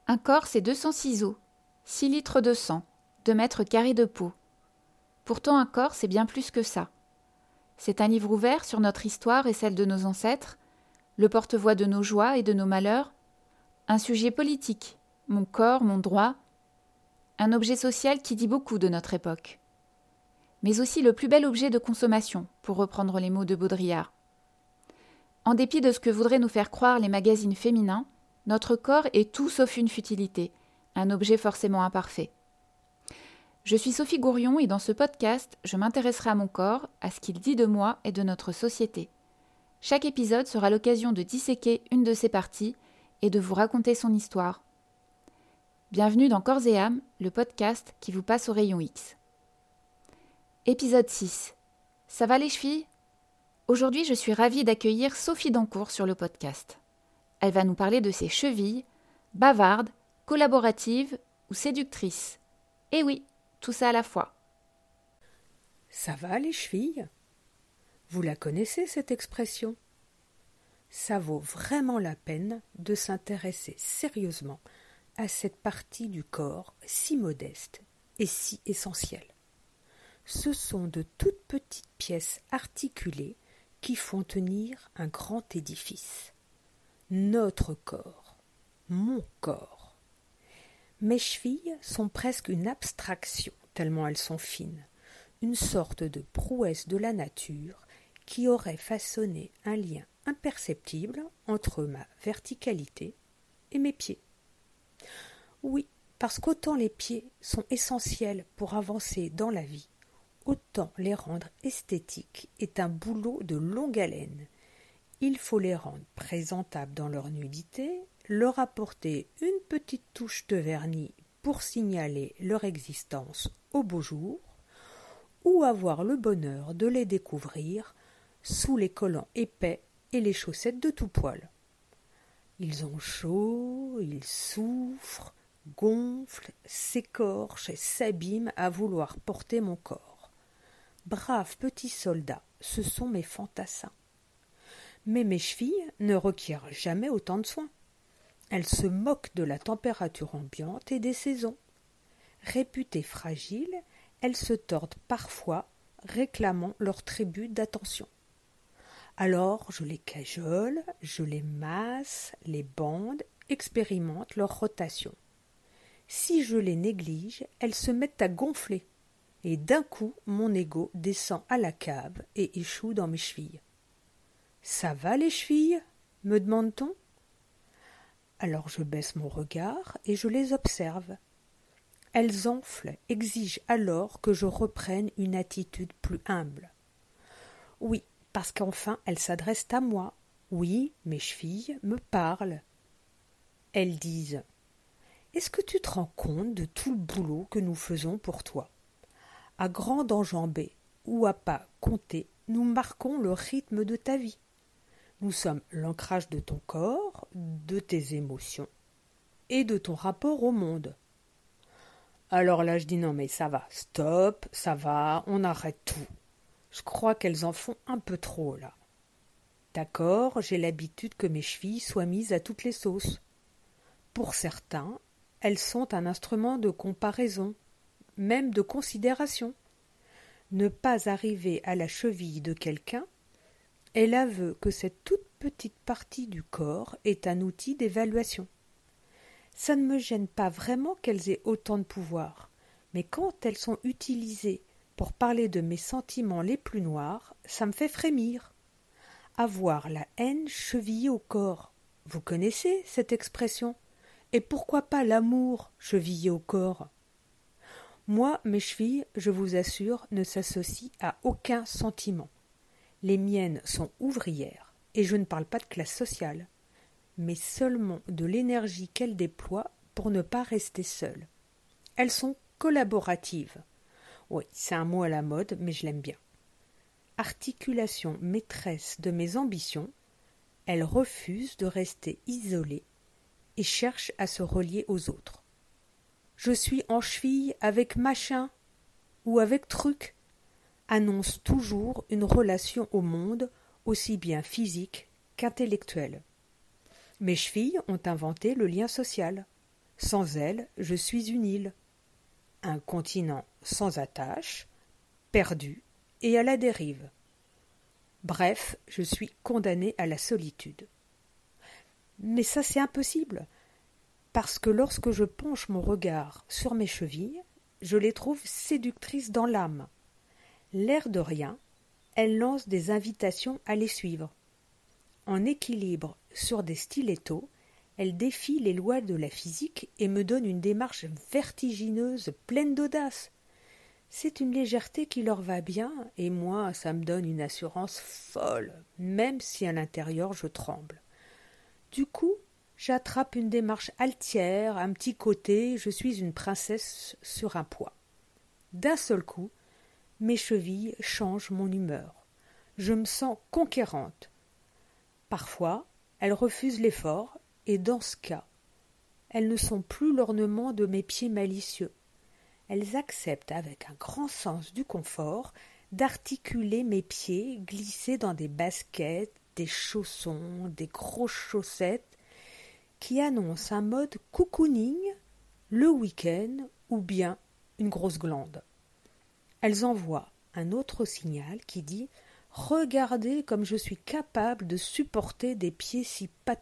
Un corps, c'est 200 ciseaux, 6 litres de sang, 2 mètres carrés de peau. Pourtant, un corps, c'est bien plus que ça. C'est un livre ouvert sur notre histoire et celle de nos ancêtres, le porte-voix de nos joies et de nos malheurs, un sujet politique, mon corps, mon droit, un objet social qui dit beaucoup de notre époque. Mais aussi le plus bel objet de consommation, pour reprendre les mots de Baudrillard. En dépit de ce que voudraient nous faire croire les magazines féminins, notre corps est tout sauf une futilité, un objet forcément imparfait. Je suis Sophie Gourion et dans ce podcast, je m'intéresserai à mon corps, à ce qu'il dit de moi et de notre société. Chaque épisode sera l'occasion de disséquer une de ses parties et de vous raconter son histoire. Bienvenue dans Corps et âme, le podcast qui vous passe au rayon X. Épisode 6. Ça va les chevilles ? Aujourd'hui, je suis ravie d'accueillir Sophie Dancourt sur le podcast. Elle va nous parler de ses chevilles, bavardes, collaboratives ou séductrices. Eh oui, tout ça à la fois. Ça va les chevilles ? Vous la connaissez cette expression ? Ça vaut vraiment la peine de s'intéresser sérieusement à cette partie du corps si modeste et si essentielle. Ce sont de toutes petites pièces articulées qui font tenir un grand édifice. Notre corps, mon corps. Mes chevilles sont presque une abstraction, tellement elles sont fines, une sorte de prouesse de la nature qui aurait façonné un lien imperceptible entre ma verticalité et mes pieds. Oui, parce qu'autant les pieds sont essentiels pour avancer dans la vie, autant les rendre esthétiques est un boulot de longue haleine. Il faut les rendre présentables dans leur nudité, leur apporter une petite touche de vernis pour signaler leur existence au beau jour, ou avoir le bonheur de les découvrir sous les collants épais et les chaussettes de tout poil. Ils ont chaud, ils souffrent, gonflent, s'écorchent et s'abîment à vouloir porter mon corps. Braves petits soldats, ce sont mes fantassins. Mais mes chevilles ne requièrent jamais autant de soins. Elles se moquent de la température ambiante et des saisons. Réputées fragiles, elles se tordent parfois, réclamant leur tribut d'attention. Alors je les cajole, je les masse, les bande, expérimente leur rotation. Si je les néglige, elles se mettent à gonfler, et d'un coup mon ego descend à la cave et échoue dans mes chevilles. « Ça va les chevilles ?» me demande-t-on. Alors je baisse mon regard et je les observe. Elles enflent, exigent alors que je reprenne une attitude plus humble. Oui, parce qu'enfin elles s'adressent à moi. Oui, mes chevilles me parlent. Elles disent « Est-ce que tu te rends compte de tout le boulot que nous faisons pour toi ? À grandes enjambées ou à pas comptés, nous marquons le rythme de ta vie. Nous sommes l'ancrage de ton corps, de tes émotions et de ton rapport au monde. » Alors là, je dis non mais ça va, stop, ça va, on arrête tout. Je crois qu'elles en font un peu trop là. D'accord, j'ai l'habitude que mes chevilles soient mises à toutes les sauces. Pour certains, elles sont un instrument de comparaison, même de considération. Ne pas arriver à la cheville de quelqu'un est l'aveu que cette toute petite partie du corps est un outil d'évaluation. Ça ne me gêne pas vraiment qu'elles aient autant de pouvoir, mais quand elles sont utilisées pour parler de mes sentiments les plus noirs, ça me fait frémir. Avoir la haine chevillée au corps. Vous connaissez cette expression ? Et pourquoi pas l'amour chevillé au corps ? Moi, mes chevilles, je vous assure, ne s'associent à aucun sentiment. Les miennes sont ouvrières, et je ne parle pas de classe sociale, mais seulement de l'énergie qu'elles déploient pour ne pas rester seules. Elles sont collaboratives. Oui, c'est un mot à la mode, mais je l'aime bien. Articulation maîtresse de mes ambitions, elles refusent de rester isolées et cherchent à se relier aux autres. Je suis en cheville avec machin ou avec truc, annonce toujours une relation au monde aussi bien physique qu'intellectuelle. Mes chevilles ont inventé le lien social. Sans elle, je suis une île. Un continent sans attache, perdu et à la dérive. Bref, je suis condamné à la solitude. Mais ça, c'est impossible, parce que lorsque je penche mon regard sur mes chevilles, je les trouve séductrices dans l'âme. L'air de rien, elles lancent des invitations à les suivre. En équilibre sur des stilettos, elles défient les lois de la physique et me donnent une démarche vertigineuse, pleine d'audace. C'est une légèreté qui leur va bien, et moi, ça me donne une assurance folle, même si à l'intérieur je tremble. Du coup, j'attrape une démarche altière, un petit côté, je suis une princesse sur un poids. D'un seul coup, mes chevilles changent mon humeur. Je me sens conquérante. Parfois, elles refusent l'effort, et dans ce cas, elles ne sont plus l'ornement de mes pieds malicieux. Elles acceptent avec un grand sens du confort d'articuler mes pieds glissés dans des baskets, des chaussons, des grosses chaussettes qui annoncent un mode cocooning, le week-end ou bien une grosse glande. Elles envoient un autre signal qui dit « Regardez comme je suis capable de supporter des pieds si pâteaux. »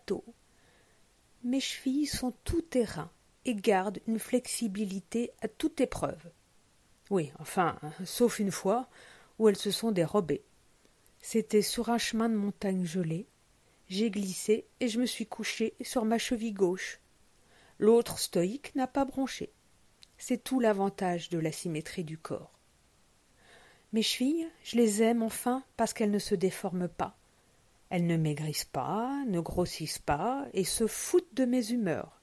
Mes chevilles sont tout terrain et gardent une flexibilité à toute épreuve. Oui, enfin, sauf une fois où elles se sont dérobées. C'était sur un chemin de montagne gelée. J'ai glissé et je me suis couché sur ma cheville gauche. L'autre stoïque n'a pas bronché. C'est tout l'avantage de la symétrie du corps. Mes chevilles, je les aime enfin parce qu'elles ne se déforment pas. Elles ne maigrissent pas, ne grossissent pas et se foutent de mes humeurs.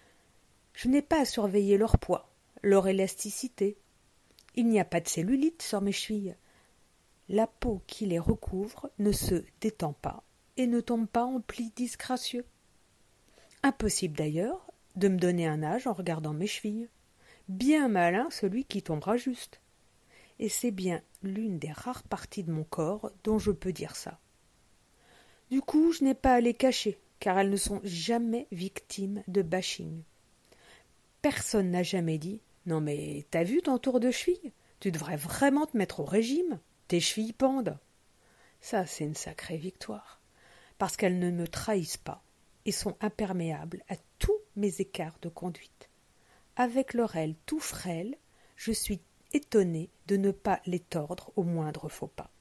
Je n'ai pas à surveiller leur poids, leur élasticité. Il n'y a pas de cellulite sur mes chevilles. La peau qui les recouvre ne se détend pas et ne tombe pas en plis disgracieux. Impossible d'ailleurs de me donner un âge en regardant mes chevilles. Bien malin celui qui tombera juste. Et c'est bien l'une des rares parties de mon corps dont je peux dire ça. Du coup, je n'ai pas à les cacher, car elles ne sont jamais victimes de bashing. Personne n'a jamais dit « Non mais t'as vu ton tour de cheville? Tu devrais vraiment te mettre au régime. Tes chevilles pendent. » Ça, c'est une sacrée victoire, parce qu'elles ne me trahissent pas et sont imperméables à tous mes écarts de conduite. Avec leur aile tout frêle, je suis étonnée de ne pas les tordre au moindre faux pas.